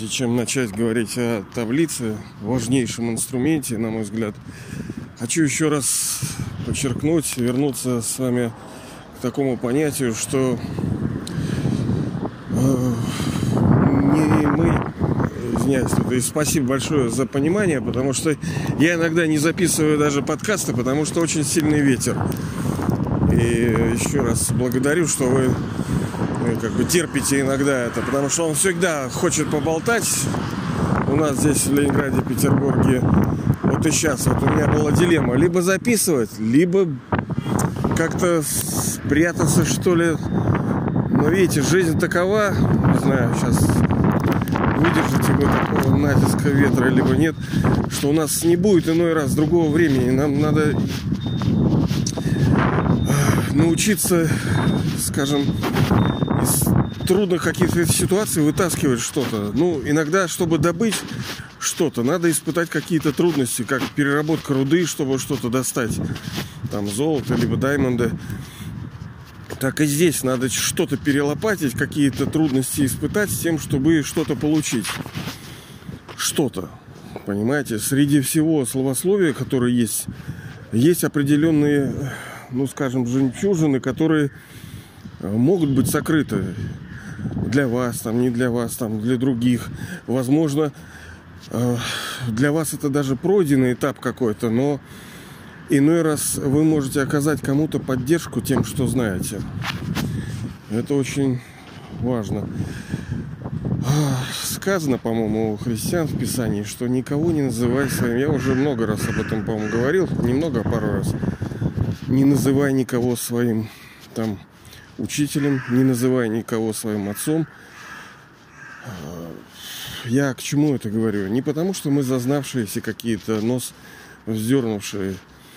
прежде чем начать говорить о таблице, важнейшем инструменте, на мой взгляд, хочу еще раз подчеркнуть, вернуться с вами к такому понятию, что не мы, извиняюсь, и спасибо большое за понимание, потому что я иногда не записываю даже подкасты, потому что очень сильный ветер. И еще раз благодарю, что вы как бы терпите иногда это, потому что он всегда хочет поболтать. У нас здесь в Ленинграде, Петербурге, вот и сейчас вот у меня была дилемма: либо записывать, либо как-то спрятаться, что ли. Но видите, жизнь такова, не знаю, сейчас выдержите вы такого натиска ветра, либо нет, что у нас не будет иной раз другого времени. Нам надо научиться, скажем, из трудных каких-то ситуаций вытаскивать что-то. Ну, иногда, чтобы добыть что-то, надо испытать какие-то трудности, как переработка руды, чтобы что-то достать. Там золото, либо даймонды. Так и здесь надо что-то перелопатить, какие-то трудности испытать с тем, чтобы что-то получить. Что-то. Понимаете, среди всего словословия, которое есть определенные, ну, скажем, жемчужины, которые могут быть сокрыты для вас, там, не для вас, там, для других. Возможно, для вас это даже пройденный этап какой-то, но иной раз вы можете оказать кому-то поддержку тем, что знаете. Это очень важно. Сказано, по-моему, у христиан в Писании, что никого не называй своим. Я уже много раз об этом, по-моему, говорил. Немного, а пару раз. Не называй никого своим там учителем, не называй никого своим отцом. Я к чему это говорю? Не потому, что мы зазнавшиеся какие-то, нос вздернувшие.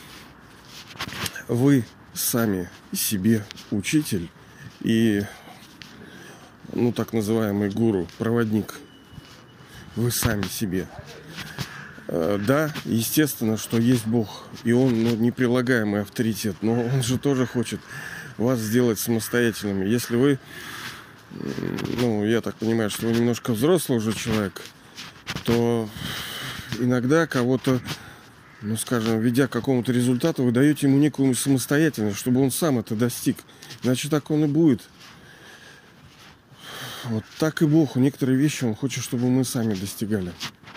Вы сами себе учитель и, ну, так называемый гуру, проводник. Вы сами себе. Да, естественно, что есть Бог, и Он, ну, неприлагаемый авторитет, но Он же тоже хочет вас сделать самостоятельными. Если вы, ну, я так понимаю, что вы немножко взрослый уже человек, то иногда кого-то, ну, скажем, ведя к какому-то результату, вы даете ему некую самостоятельность, чтобы он сам это достиг. Иначе так он и будет. Вот так и Бог. Некоторые вещи Он хочет, чтобы мы сами достигали.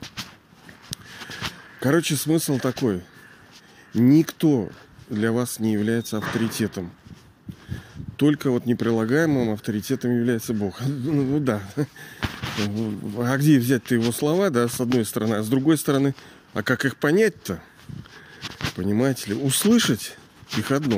Короче, смысл такой. Никто для вас не является авторитетом. Только вот неприлагаемым авторитетом является Бог. Ну да. А где взять-то его слова, да, с одной стороны, а с другой стороны, а как их понять-то? Понимаете ли? Услышать их одно.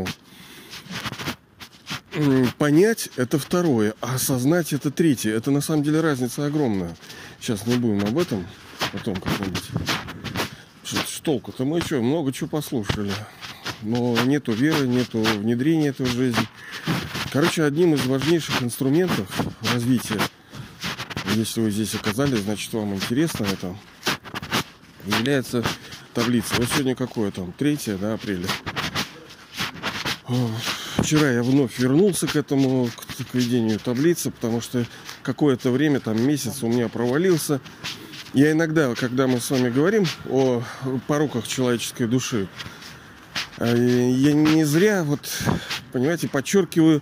Понять — это второе, а осознать — это третье. Это на самом деле разница огромная. Сейчас не будем об этом, потом как-нибудь. Что толку-то? Мы что, много чего послушали. Но нету веры, нету внедрения этого в жизнь. Короче, одним из важнейших инструментов развития, если вы здесь оказались, значит, вам интересно это, является таблица. Вот сегодня какое там? 3 апреля. Вчера я вновь вернулся к этому, к ведению таблицы, потому что какое-то время, там месяц у меня провалился. Я иногда, когда мы с вами говорим о пороках человеческой души, я не зря, вот, понимаете, подчеркиваю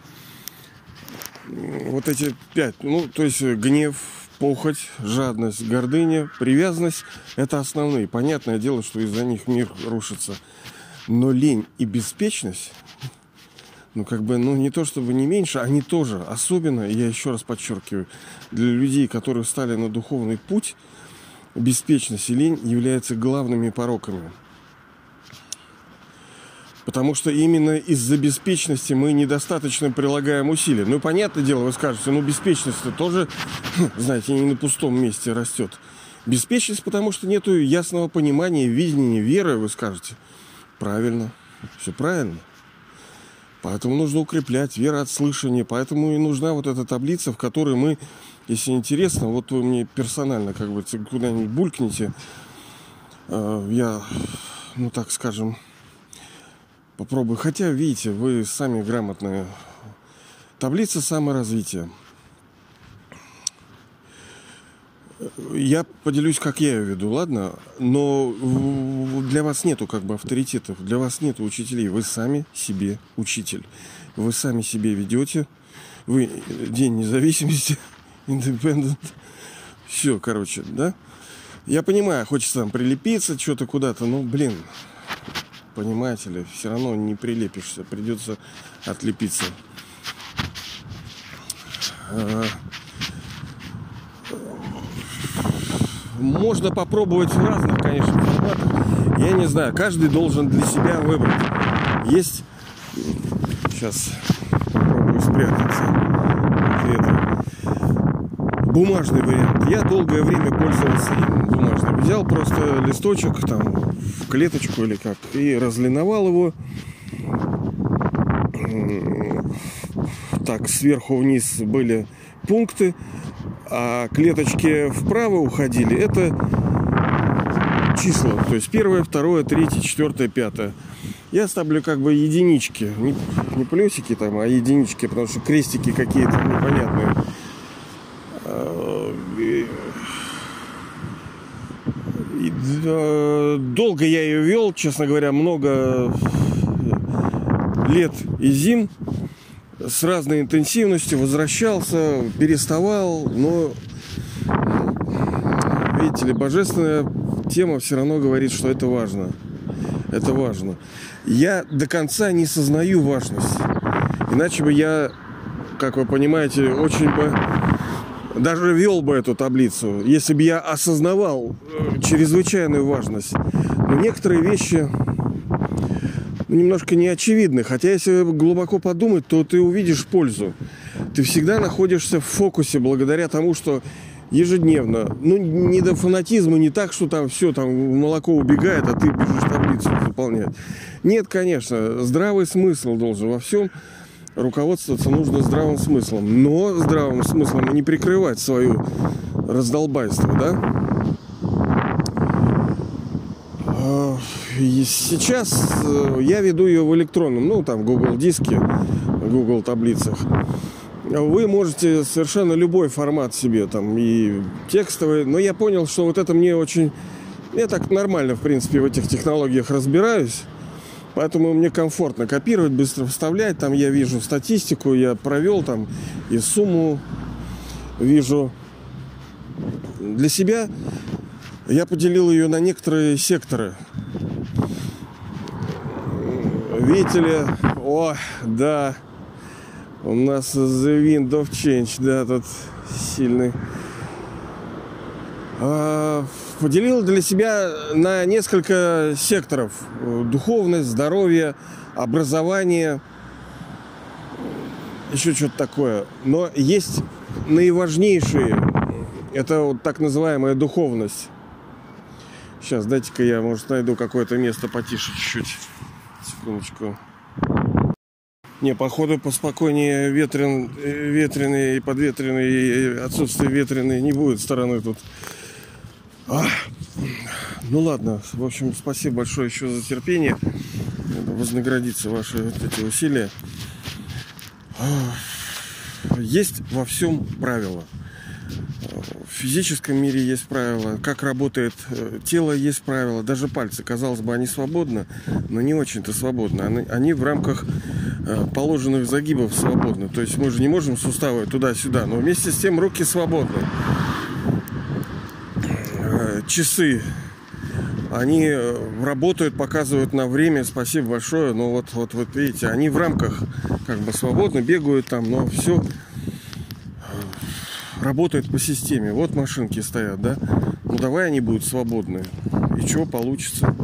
вот эти 5. Ну, то есть гнев, похоть, жадность, гордыня, привязанность — это основные. Понятное дело, что из-за них мир рушится. Но лень и беспечность, ну, как бы, ну, не то чтобы не меньше, они тоже. Особенно, я еще раз подчеркиваю, для людей, которые встали на духовный путь, беспечность и лень являются главными пороками. Потому что именно из-за беспечности мы недостаточно прилагаем усилия. Ну, понятное дело, вы скажете, ну, беспечность-то тоже, знаете, не на пустом месте растет. Беспечность, потому что нету ясного понимания, видения, веры, вы скажете. Правильно, все правильно. Поэтому нужно укреплять веру от слышания. Поэтому и нужна вот эта таблица, в которой мы, если интересно, вот вы мне персонально, как бы, куда-нибудь булькните, я, ну, так скажем, попробую. Хотя, видите, вы сами грамотные. Таблица саморазвития. Я поделюсь, как я ее веду, ладно? Но для вас нету как бы авторитетов, для вас нету учителей. Вы сами себе учитель. Вы сами себе ведете. Вы День независимости, Independent. Все, короче, да? Я понимаю, хочется там прилепиться, что-то куда-то, но, блин, понимаете ли, все равно не прилепишься, придется отлепиться. Можно попробовать в разных, конечно, форматах. Я не знаю, каждый должен для себя выбрать. Есть... Сейчас попробую спрятаться от ветра. Бумажный вариант. Я долгое время пользовался им бумажным. Взял просто листочек там в клеточку или как и разлиновал его. Так, сверху вниз были пункты, а клеточки вправо уходили. Это числа. То есть 1, 2, 3, 4, 5. Я ставлю как бы единички. Не плюсики там, а единички, потому что крестики какие-то непонятные. Долго я ее вел, честно говоря, много лет и зим с разной интенсивностью, возвращался, переставал, но, видите ли, божественная тема все равно говорит, что это важно. Это важно. Я до конца не сознаю важность. Иначе бы я, как вы понимаете, очень бы даже вел бы эту таблицу, если бы я осознавал чрезвычайную важность. Но некоторые вещи немножко неочевидны. Хотя, если глубоко подумать, то ты увидишь пользу. Ты всегда находишься в фокусе благодаря тому, что ежедневно, ну, не до фанатизма, не так, что там все, там молоко убегает, а ты бежишь таблицу заполнять. Нет, конечно, здравый смысл должен во всем. Руководствоваться нужно здравым смыслом. Но здравым смыслом не прикрывать свое раздолбайство, да? И сейчас я веду ее в электронном, ну, там, Google диске, Google таблицах. Вы можете совершенно любой формат себе, там, и текстовый. Но я понял, что вот это мне очень... Я так нормально, в принципе, в этих технологиях разбираюсь. Поэтому мне комфортно копировать, быстро вставлять. Там я вижу статистику, я провел там и сумму вижу. Для себя я поделил ее на некоторые секторы. Видите ли, о, да, у нас The Wind of Change, да, тут сильный. Поделил для себя на несколько секторов. Духовность, здоровье, образование, еще что-то такое. Но есть наиважнейшие. Это вот так называемая духовность. Сейчас, дайте-ка я, может, найду какое-то место потише чуть-чуть. Секундочку. Не, походу, поспокойнее ветреный и подветренный, и отсутствие ветреной не будет стороны тут. Ну ладно, в общем, спасибо большое еще за терпение. Надо вознаградиться ваши вот эти усилия. Есть во всем правила. В физическом мире есть правила. Как работает тело, есть правила. Даже пальцы, казалось бы, они свободны, но не очень-то свободны. Они в рамках положенных загибов свободны. То есть мы же не можем суставы туда-сюда, но вместе с тем руки свободны. Часы, они работают, показывают нам время, спасибо большое, но вот видите, они в рамках как бы свободно бегают там, но все работает по системе. Вот машинки стоят, да, ну давай они будут свободны, и что получится?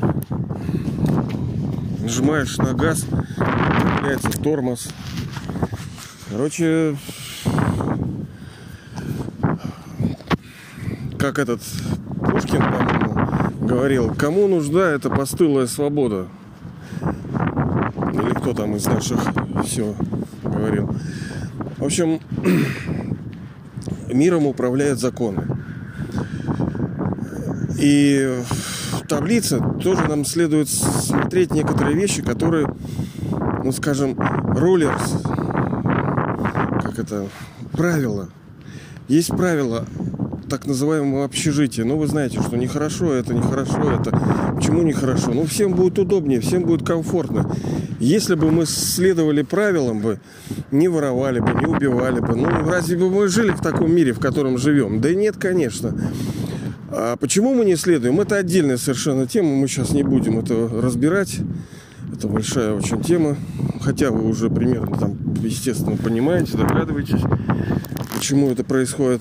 Нажимаешь на газ, появляется тормоз. Короче, как этот Пушкин, по-моему, говорил, кому нужна эта постылая свобода? Или кто там из наших все говорил. В общем, миром управляют законы. И в таблице тоже нам следует смотреть некоторые вещи, которые, ну, скажем, рулерс, как это, правила. Есть правила так называемого общежития. Ну, вы знаете, что нехорошо это, почему нехорошо? Ну, всем будет удобнее, всем будет комфортно. Если бы мы следовали правилам бы, не воровали бы, не убивали бы, ну, разве бы мы жили в таком мире, в котором живем? Да нет, конечно. А почему мы не следуем? Это отдельная совершенно тема, мы сейчас не будем это разбирать. Это большая очень тема. Хотя вы уже примерно там, естественно, понимаете, догадываетесь, почему это происходит.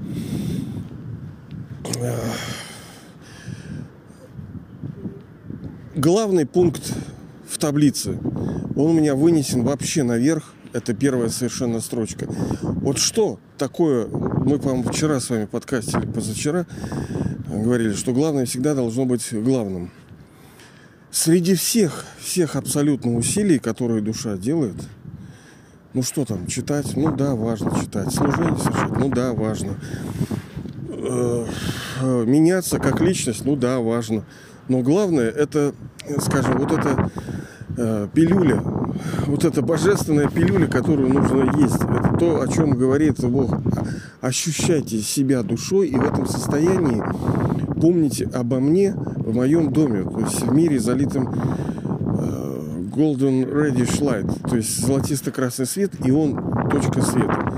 Главный пункт в таблице, он у меня вынесен вообще наверх. Это первая совершенно строчка. Вот что такое, мы, по-моему, вчера с вами подкастили, позавчера, говорили, что главное всегда должно быть главным. Среди всех абсолютно усилий, которые душа делает, ну что там, читать, ну да, важно читать, служение совершать, ну да, важно. Меняться как личность, ну да, важно. Но главное, это, скажем, вот эта пилюля, вот эта божественная пилюля, которую нужно есть. Это то, о чем говорит Бог. Ощущайте себя душой, и в этом состоянии помните обо мне в моем доме, то есть в мире, залитым golden reddish light, то есть золотисто-красный свет, и он точка света.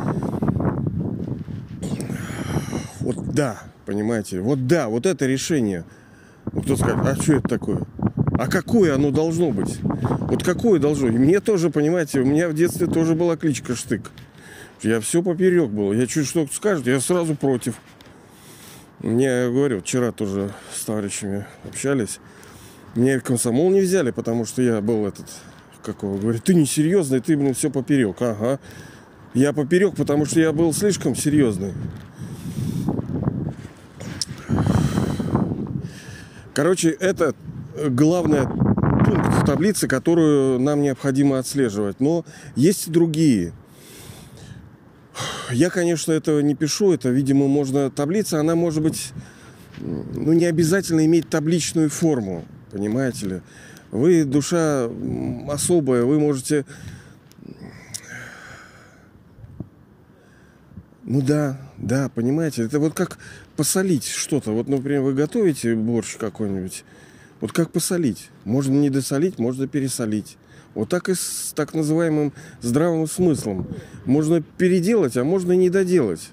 Вот да, понимаете, вот да, вот это решение. Кто скажет, а что это такое? А какое оно должно быть? Вот какое должно? И мне тоже, понимаете, у меня в детстве тоже была кличка Штык. Я все поперек был. Я чуть что скажет, я сразу против. Мне, я говорю, вчера тоже с товарищами общались. Меня в комсомол не взяли, потому что я был говорит, ты несерьезный, ты, блин, все поперек. Ага. Я поперек, потому что я был слишком серьезный. Короче, это главный пункт в таблице, которую нам необходимо отслеживать. Но есть и другие. Я, конечно, этого не пишу. Это, видимо, можно... Таблица, она может быть... Ну, не обязательно иметь табличную форму. Понимаете ли? Вы душа особая. Вы можете... Ну да, понимаете, это вот как посолить что-то. Вот, например, вы готовите борщ какой-нибудь, вот как посолить. Можно не досолить, можно пересолить. Вот так и с так называемым здравым смыслом. Можно переделать, а можно и не доделать.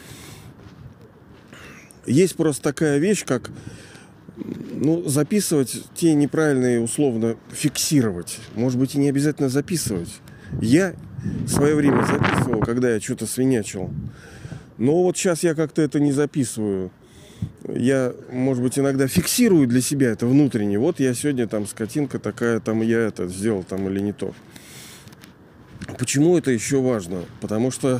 Есть просто такая вещь, как записывать те неправильные, условно, фиксировать. Может быть, и не обязательно записывать. Я в свое время записывал, когда я что-то свинячил. Но вот сейчас я как-то это не записываю. Я, может быть, иногда фиксирую для себя это внутренне. Вот я сегодня там скотинка такая, там я это сделал там или не то. Почему это еще важно? Потому что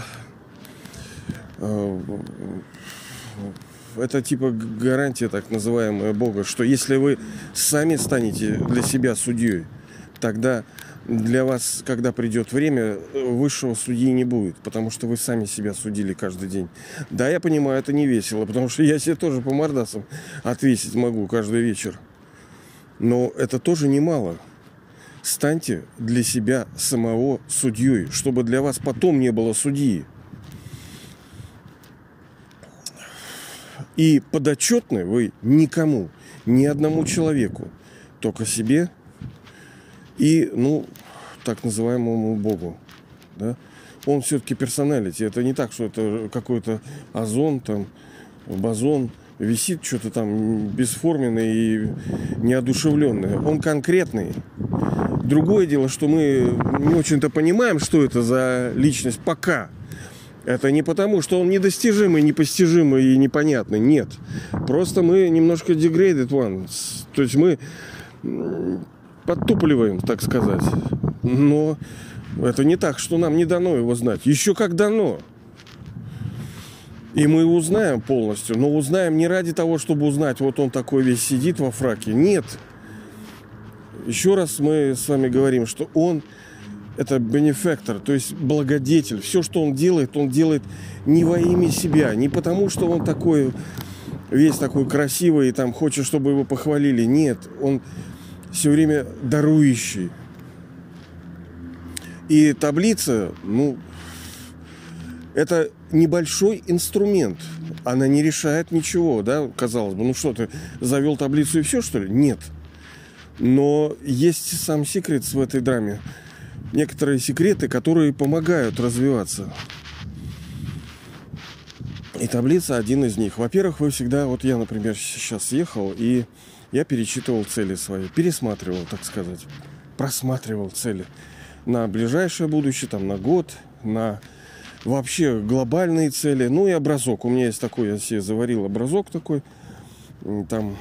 это типа гарантия так называемая Бога, что если вы сами станете для себя судьей, тогда для вас, когда придет время, высшего судьи не будет, потому что вы сами себя судили каждый день. Да, я понимаю, это не весело, потому что я себе тоже по мордасам отвесить могу каждый вечер. Но это тоже немало. Станьте для себя самого судьей, чтобы для вас потом не было судьи. И подотчетны вы никому, ни одному человеку, только себе и, так называемому Богу. Да? Он все-таки персоналити. Это не так, что это какой-то озон, там, бозон, висит что-то там бесформенное и неодушевленное. Он конкретный. Другое дело, что мы не очень-то понимаем, что это за личность пока. Это не потому, что он недостижимый, непостижимый и непонятный. Нет. Просто мы немножко degraded ones. То есть мы подтупливаем, так сказать. Но это не так, что нам не дано его знать. Еще как дано. И мы узнаем полностью. Но узнаем не ради того, чтобы узнать, вот он такой весь сидит во фраке. Нет. Еще раз мы с вами говорим, что он это бенефактор, то есть благодетель. Все, что он делает не во имя себя. Не потому, что он такой, весь такой красивый и там хочет, чтобы его похвалили. Нет, он все время дарующий. И таблица, Это небольшой инструмент. Она не решает ничего, да, казалось бы. Ну что, ты завел таблицу и все, что ли? Нет. Но есть сам секрет в этой драме. Некоторые секреты, которые помогают развиваться. И таблица один из них. Во-первых, вы всегда... Вот я, например, сейчас ехал, и я перечитывал цели свои. Пересматривал, так сказать. Просматривал цели. На ближайшее будущее, там, на год, на вообще глобальные цели. Ну и образок. У меня есть такой, я себе заварил образок такой. Там...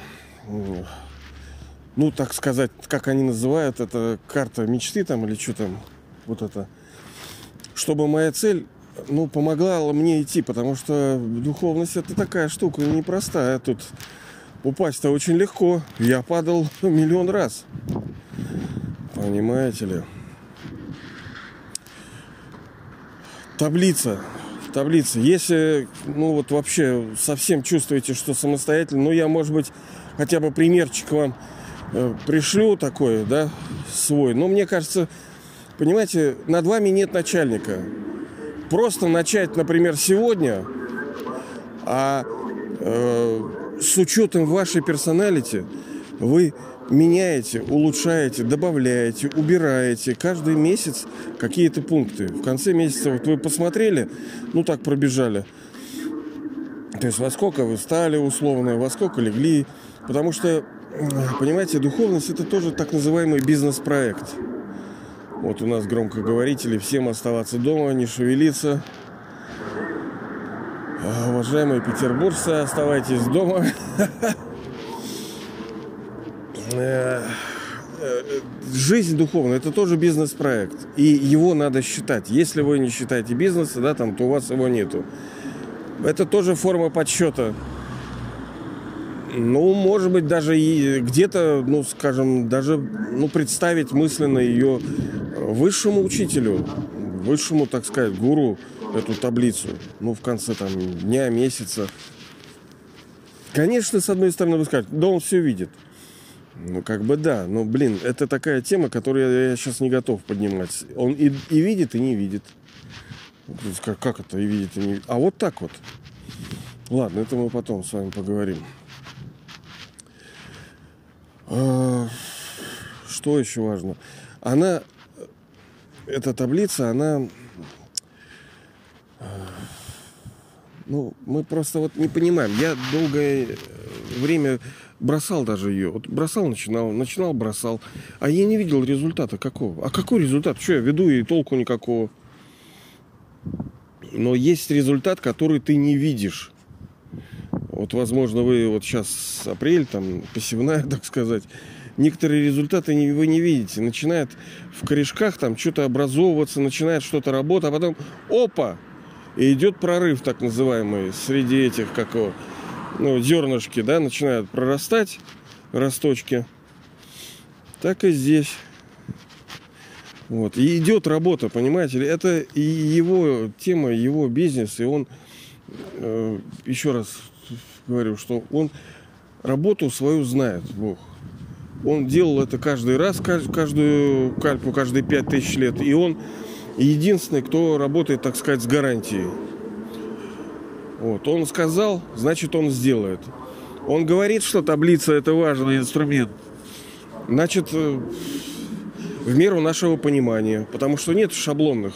Ну, так сказать, как они называют, это карта мечты там или что там, вот это. Чтобы моя цель, ну, помогла мне идти, потому что духовность это такая штука непростая. Тут упасть-то очень легко. Я падал миллион раз. Понимаете ли? Таблица. Если, ну, вот вообще совсем чувствуете, что самостоятельно, ну, я, может быть, хотя бы примерчик вам пришлю такой, да, свой. Но мне кажется, понимаете, над вами нет начальника. Просто начать, например, сегодня, а с учетом вашей персоналити вы меняете, улучшаете, добавляете, убираете каждый месяц какие-то пункты. В конце месяца вот вы посмотрели, ну так пробежали. То есть во сколько вы встали условно, во сколько легли. Потому что, понимаете, духовность это тоже так называемый бизнес-проект. Вот у нас громкоговорители, всем оставаться дома, не шевелиться. Уважаемые петербуржцы, оставайтесь дома. Жизнь духовная это тоже бизнес-проект. И его надо считать. Если вы не считаете бизнеса, да, там, то у вас его нету. Это тоже форма подсчета. Ну, может быть, даже и где-то, ну, скажем, даже, ну, представить мысленно ее высшему учителю, высшему, так сказать, гуру, эту таблицу. Ну, в конце там дня, месяца. Конечно, с одной стороны, вы скажете, да он все видит. Ну, как бы да, но, блин, это такая тема, которую я сейчас не готов поднимать. Он и видит, и не видит. Как это и видит, и не видит? А вот так вот. Ладно, это мы потом с вами поговорим. Что еще важно? Эта таблица, она... Ну, мы просто вот не понимаем. Я долгое время бросал даже ее. Вот бросал, начинал, бросал. А я не видел результата какого. А какой результат? Что я веду, и толку никакого. Но есть результат, который ты не видишь. Вот, возможно, вы вот сейчас апрель, там, посевная, так сказать. Некоторые результаты вы не видите. Начинает в корешках там что-то образовываться, начинает что-то работать, а потом опа! И идет прорыв, так называемый, среди этих, как его, ну, зернышки, да, начинают прорастать, росточки. Так и здесь. Вот. И идет работа, понимаете ли. Это и его тема, его бизнес, и он, еще раз говорю, что он работу свою знает, Бог. Он делал это каждый раз, каждую кальпу, каждые 5000 лет. И он единственный, кто работает, так сказать, с гарантией. Вот. Он сказал, значит, он сделает. Он говорит, что таблица – это важный инструмент. Значит, в меру нашего понимания. Потому что нет шаблонных.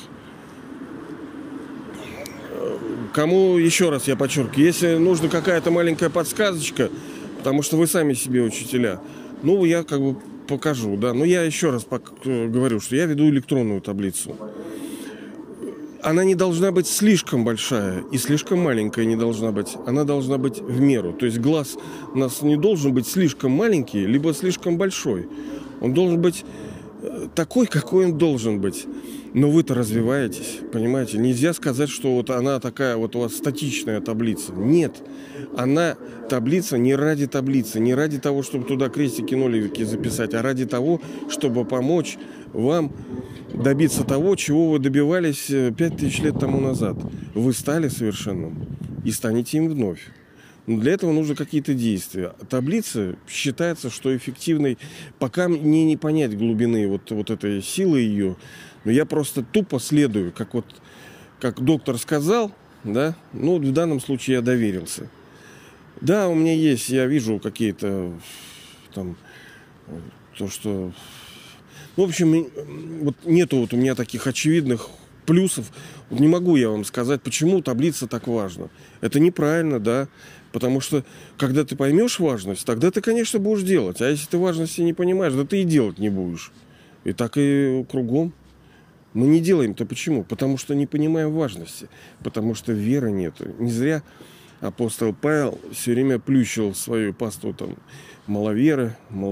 Кому, еще раз я подчеркиваю, если нужна какая-то маленькая подсказочка, потому что вы сами себе учителя, ну, я как бы покажу, да. Но я еще раз говорю, что я веду электронную таблицу. Она не должна быть слишком большая и слишком маленькая не должна быть. Она должна быть в меру. То есть глаз у нас не должен быть слишком маленький, либо слишком большой. Он должен быть такой, какой он должен быть. Но вы-то развиваетесь, понимаете? Нельзя сказать, что вот она такая, вот у вас статичная таблица. Нет. Она таблица не ради таблицы, не ради того, чтобы туда крестики, нолики записать, а ради того, чтобы помочь вам добиться того, чего вы добивались 5000 лет тому назад. Вы стали совершенным и станете им вновь. Но для этого нужны какие-то действия. Таблица считается, что эффективной, пока мне не понять глубины вот этой силы ее, но я просто тупо следую, как вот как доктор сказал, да, ну, в данном случае я доверился. Да, у меня есть, я вижу какие-то там, то, что... В общем, вот нету вот у меня таких очевидных плюсов. Вот не могу я вам сказать, почему таблица так важна. Это неправильно, да, потому что, когда ты поймешь важность, тогда ты, конечно, будешь делать. А если ты важности не понимаешь, да ты и делать не будешь. И так и кругом. Мы не делаем-то почему? Потому что не понимаем важности. Потому что веры нету. Не зря апостол Павел все время плющил свою паству там маловеры.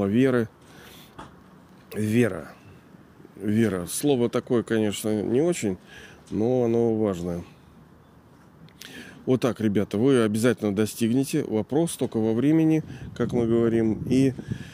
Вера. Вера. Слово такое, конечно, не очень, но оно важное. Вот так, ребята, вы обязательно достигнете. Вопрос только во времени, как мы говорим, и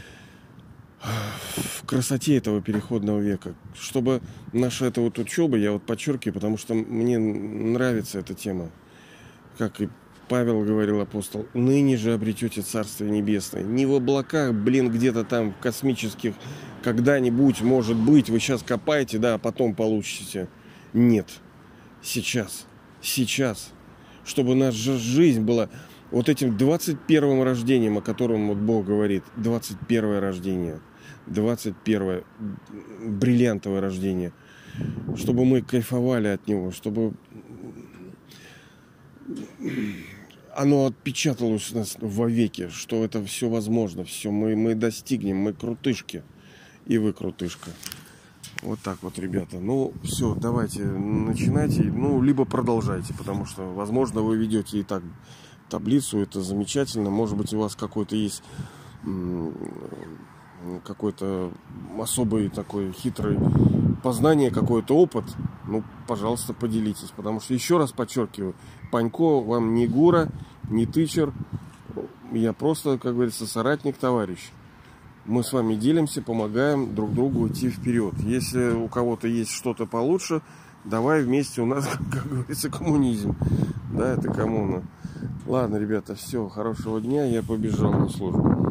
в красоте этого переходного века. Чтобы наша эта вот учеба, я вот подчеркиваю, потому что мне нравится эта тема. Как и Павел говорил, апостол, ныне же обретете Царствие Небесное. Не в облаках, где-то там в космических, когда-нибудь, может быть, вы сейчас копаете, да, а потом получите. Нет. Сейчас. Чтобы наша жизнь была вот этим 21-м рождением, о котором вот Бог говорит. 21-е рождение. 21-е бриллиантовое рождение. Чтобы мы кайфовали от него, чтобы оно отпечаталось у нас вовеки, что это все возможно, все мы достигнем, мы крутышки, и вы крутышка. Вот так вот, ребята. Ну, все, давайте начинайте, ну, либо продолжайте, потому что, возможно, вы ведете и так таблицу, это замечательно. Может быть, у вас какой-то есть какой-то особый такой хитрый познание, какой-то опыт. Ну, пожалуйста, поделитесь, потому что, еще раз подчеркиваю, Панько вам не гура, не тычер, я просто, как говорится, соратник, товарищ. Мы с вами делимся, помогаем друг другу идти вперед. Если у кого-то есть что-то получше, давай вместе, у нас, как говорится, коммунизм. Да, это коммуна. Ладно, ребята, все, хорошего дня, я побежал на службу.